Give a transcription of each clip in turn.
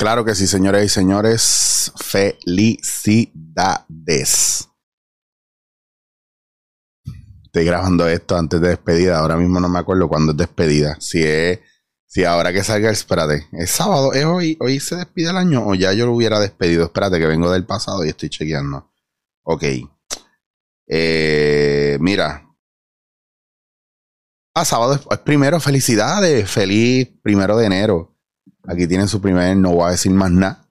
Claro que sí, señoras y señores. Felicidades. Estoy grabando esto antes de despedida. Ahora mismo no me acuerdo cuándo es despedida. Si ahora que salga, espérate, ¿es sábado? ¿Es hoy? ¿Hoy se despide el año? ¿O ya yo lo hubiera despedido? Espérate, que vengo del pasado y estoy chequeando. Ok. Mira. Sábado es primero. Felicidades. Feliz 1 de enero. Aquí tienen su primer, no voy a decir más nada.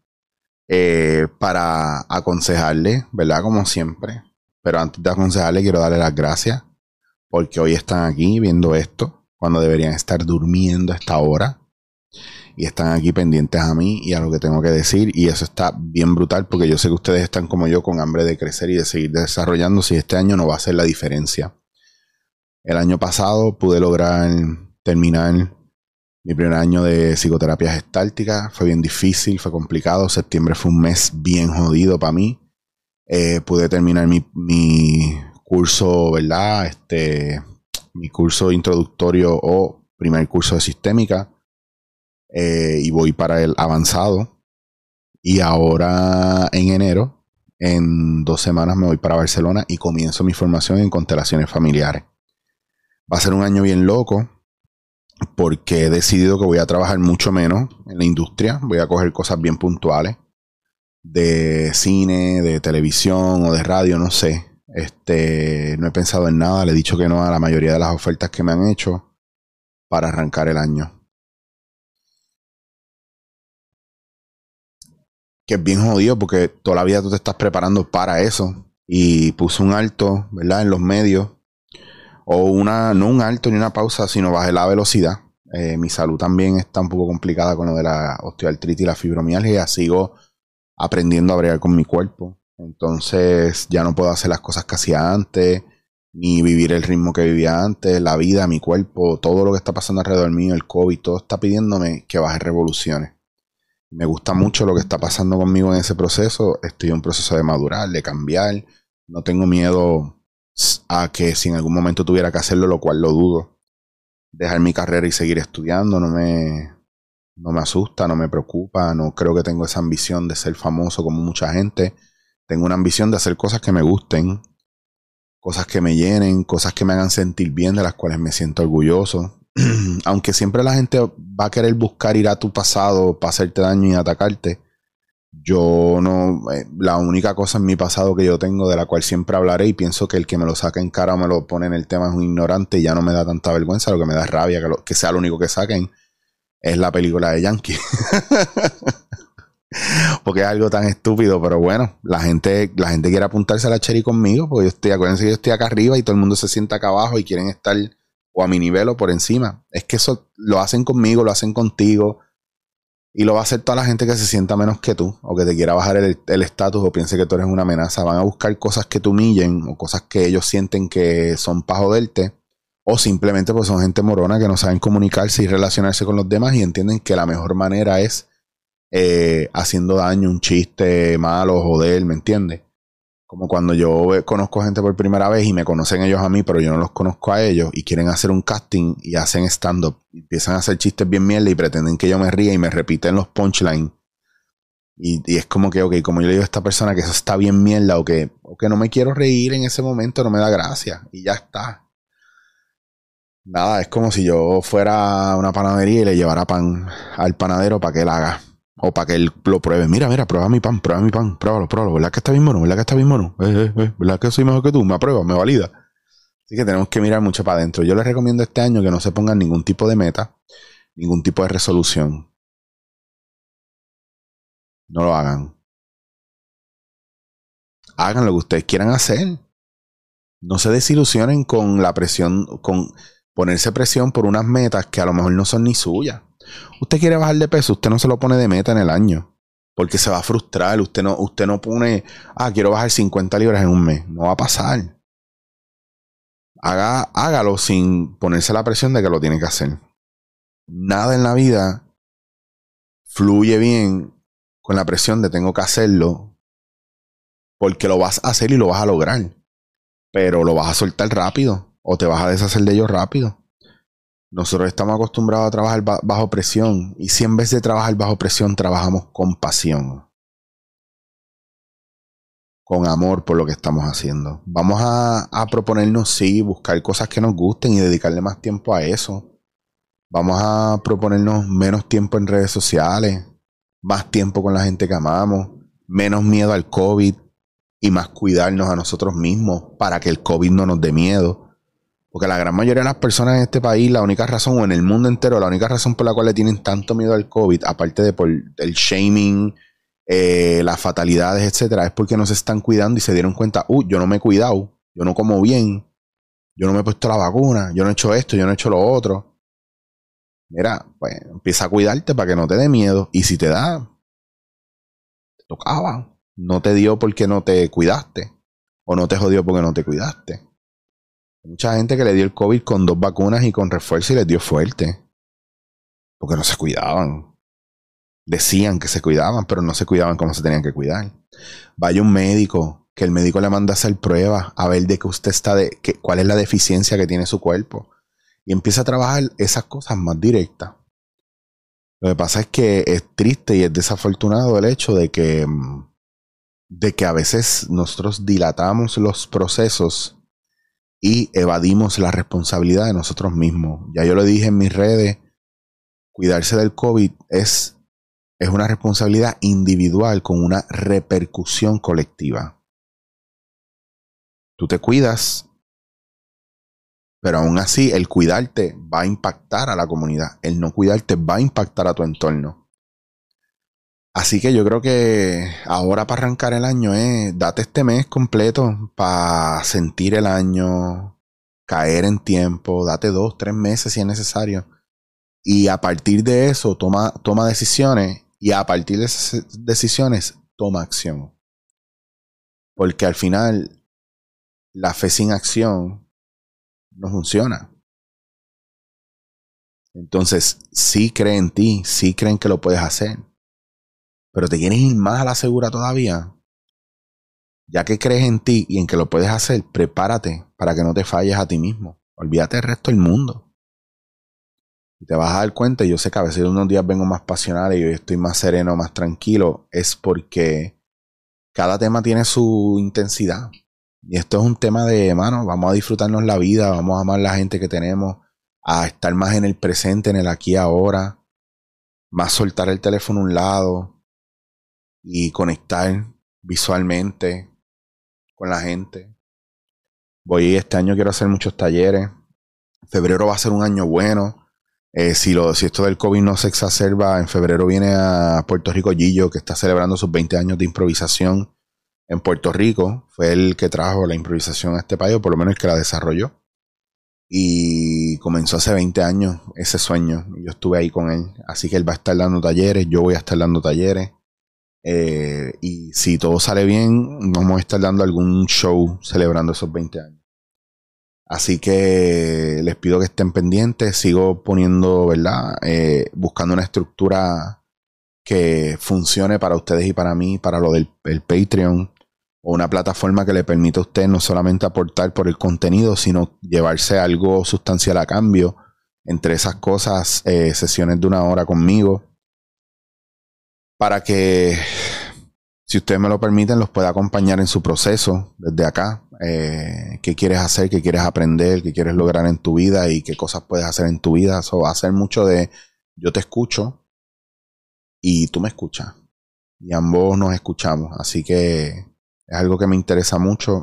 Para aconsejarle, ¿verdad? Como siempre. Pero antes de aconsejarle, quiero darle las gracias. Porque hoy están aquí viendo esto. Cuando deberían estar durmiendo a esta hora. Y están aquí pendientes a mí y a lo que tengo que decir. Y eso está bien brutal. Porque yo sé que ustedes están como yo, con hambre de crecer y de seguir desarrollándose. Y este año no va a hacer la diferencia. El año pasado pude lograr terminar mi primer año de psicoterapia gestáltica. Fue bien difícil, fue complicado. Septiembre fue un mes bien jodido para mí. Pude terminar mi curso, ¿verdad? Mi curso introductorio o primer curso de sistémica. Y voy para el avanzado. Y ahora en enero, en 2 semanas, me voy para Barcelona y comienzo mi formación en constelaciones familiares. Va a ser un año bien loco. Porque he decidido que voy a trabajar mucho menos en la industria. Voy a coger cosas bien puntuales. De cine, de televisión o de radio, no sé. No he pensado en nada. Le he dicho que no a la mayoría de las ofertas que me han hecho para arrancar el año. Que es bien jodido porque toda la vida tú te estás preparando para eso. Y puse un alto, ¿verdad? En los medios. O no un alto ni una pausa, sino bajé la velocidad. Mi salud también está un poco complicada con lo de la osteoartritis y la fibromialgia. Sigo aprendiendo a bregar con mi cuerpo. Entonces ya no puedo hacer las cosas que hacía antes, ni vivir el ritmo que vivía antes. La vida, mi cuerpo, todo lo que está pasando alrededor mío, el COVID, todo está pidiéndome que baje revoluciones. Me gusta mucho lo que está pasando conmigo en ese proceso. Estoy en un proceso de madurar, de cambiar. No tengo miedo a que si en algún momento tuviera que hacerlo, lo cual lo dudo, dejar mi carrera y seguir estudiando. No me asusta, no me preocupa. No creo que tengo esa ambición de ser famoso como mucha gente. Tengo una ambición de hacer cosas que me gusten, cosas que me llenen, cosas que me hagan sentir bien, de las cuales me siento orgulloso. Aunque siempre la gente va a querer buscar ir a tu pasado para hacerte daño y atacarte. Yo no, la única cosa en mi pasado que yo tengo, de la cual siempre hablaré, y pienso que el que me lo saque en cara o me lo pone en el tema es un ignorante, y ya no me da tanta vergüenza. Lo que me da rabia que sea lo único que saquen es la película de Yankee. Porque es algo tan estúpido. Pero bueno, la gente quiere apuntarse a la cherry conmigo, porque acuérdense que yo estoy acá arriba y todo el mundo se sienta acá abajo y quieren estar o a mi nivel o por encima. Es que eso lo hacen conmigo, lo hacen contigo. Y lo va a hacer toda la gente que se sienta menos que tú, o que te quiera bajar el estatus, o piense que tú eres una amenaza. Van a buscar cosas que te humillen, o cosas que ellos sienten que son para joderte, o simplemente pues son gente morona que no saben comunicarse y relacionarse con los demás, y entienden que la mejor manera es haciendo daño, un chiste malo, joder, ¿me entiendes? Como cuando yo conozco gente por primera vez y me conocen ellos a mí, pero yo no los conozco a ellos, y quieren hacer un casting y hacen stand-up. Empiezan a hacer chistes bien mierda y pretenden que yo me ría y me repiten los punchlines. Y es como que, ok, como yo le digo a esta persona que eso está bien mierda, o que no me quiero reír en ese momento, no me da gracia. Y ya está. Nada, es como si yo fuera a una panadería y le llevara pan al panadero para que él haga. O para que él lo pruebe. Mira, prueba mi pan, pruébalo. ¿Verdad que está bien bueno? ¿Verdad que soy mejor que tú? Me aprueba, me valida. Así que tenemos que mirar mucho para adentro. Yo les recomiendo este año que no se pongan ningún tipo de meta, ningún tipo de resolución. No lo hagan. Hagan lo que ustedes quieran hacer. No se desilusionen con la presión, con ponerse presión por unas metas que a lo mejor no son ni suyas. Usted quiere bajar de peso, usted no se lo pone de meta en el año, porque se va a frustrar. Usted no pone, quiero bajar 50 libras en un mes. No va a pasar. Hágalo sin ponerse la presión de que lo tiene que hacer. Nada en la vida fluye bien con la presión de tengo que hacerlo, porque lo vas a hacer y lo vas a lograr, pero lo vas a soltar rápido o te vas a deshacer de ello rápido. Nosotros estamos acostumbrados a trabajar bajo presión. Y si en vez de trabajar bajo presión, trabajamos con pasión, con amor por lo que estamos haciendo. Vamos a proponernos, sí, buscar cosas que nos gusten y dedicarle más tiempo a eso. Vamos a proponernos menos tiempo en redes sociales, más tiempo con la gente que amamos, menos miedo al COVID y más cuidarnos a nosotros mismos para que el COVID no nos dé miedo. Porque la gran mayoría de las personas en este país, la única razón, o en el mundo entero, la única razón por la cual le tienen tanto miedo al COVID, aparte de por el shaming, las fatalidades, etcétera, es porque no se están cuidando y se dieron cuenta, yo no me he cuidado, yo no como bien, yo no me he puesto la vacuna, yo no he hecho esto, yo no he hecho lo otro. Mira, pues empieza a cuidarte para que no te dé miedo. Y si te da, te tocaba. No te dio porque no te cuidaste. O no te jodió porque no te cuidaste. Hay mucha gente que le dio el COVID con 2 vacunas y con refuerzo y les dio fuerte. Porque no se cuidaban. Decían que se cuidaban, pero no se cuidaban como se tenían que cuidar. Vaya un médico, que el médico le manda a hacer pruebas a ver de qué usted está, cuál es la deficiencia que tiene su cuerpo. Y empieza a trabajar esas cosas más directas. Lo que pasa es que es triste y es desafortunado el hecho de que a veces nosotros dilatamos los procesos y evadimos la responsabilidad de nosotros mismos. Ya yo lo dije en mis redes, cuidarse del COVID es una responsabilidad individual con una repercusión colectiva. Tú te cuidas, pero aún así el cuidarte va a impactar a la comunidad. El no cuidarte va a impactar a tu entorno. Así que yo creo que ahora para arrancar el año date este mes completo para sentir el año, caer en tiempo, date 2, 3 meses si es necesario. Y a partir de eso toma decisiones y a partir de esas decisiones toma acción. Porque al final la fe sin acción no funciona. Entonces, sí cree en ti, sí creen que lo puedes hacer, pero te quieres ir más a la segura todavía. Ya que crees en ti y en que lo puedes hacer, prepárate para que no te falles a ti mismo. Olvídate del resto del mundo. Y te vas a dar cuenta, y yo sé que a veces unos días vengo más pasional y hoy estoy más sereno, más tranquilo, es porque cada tema tiene su intensidad. Y esto es un tema de, mano, vamos a disfrutarnos la vida, vamos a amar a la gente que tenemos, a estar más en el presente, en el aquí y ahora, más soltar el teléfono a un lado y conectar visualmente con la gente. Este año quiero hacer muchos talleres. Febrero va a ser un año bueno. Si esto del COVID no se exacerba, en febrero viene a Puerto Rico Gillo, que está celebrando sus 20 años de improvisación en Puerto Rico. Fue el que trajo la improvisación a este país, o por lo menos el que la desarrolló. Y comenzó hace 20 años ese sueño. Yo estuve ahí con él. Así que él va a estar dando talleres, yo voy a estar dando talleres. Y si todo sale bien, vamos a estar dando algún show celebrando esos 20 años. Así que les pido que estén pendientes. Sigo poniendo, ¿verdad? Buscando una estructura que funcione para ustedes y para mí, para lo del el Patreon, o una plataforma que le permita a usted no solamente aportar por el contenido, sino llevarse algo sustancial a cambio. Entre esas cosas, sesiones de 1 hora conmigo, para que, si ustedes me lo permiten, los pueda acompañar en su proceso desde acá. ¿Qué quieres hacer? ¿Qué quieres aprender? ¿Qué quieres lograr en tu vida? ¿Y qué cosas puedes hacer en tu vida? Eso va a ser mucho de yo te escucho y tú me escuchas. Y ambos nos escuchamos. Así que es algo que me interesa mucho.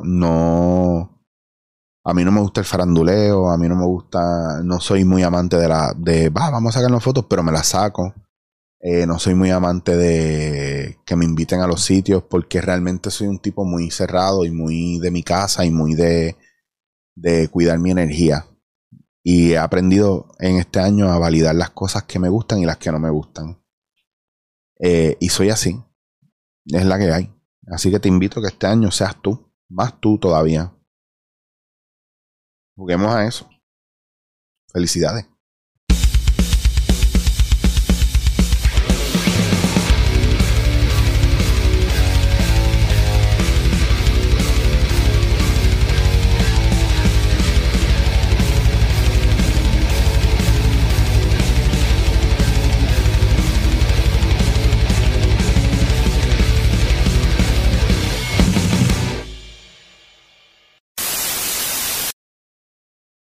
A mí no me gusta el faranduleo. A mí no me gusta... No soy muy amante vamos a sacarnos fotos, pero me las saco. No soy muy amante de que me inviten a los sitios, porque realmente soy un tipo muy cerrado y muy de mi casa y muy de cuidar mi energía. Y he aprendido en este año a validar las cosas que me gustan y las que no me gustan. Y soy así. Es la que hay. Así que te invito a que este año seas tú. Más tú todavía. Juguemos a eso. Felicidades.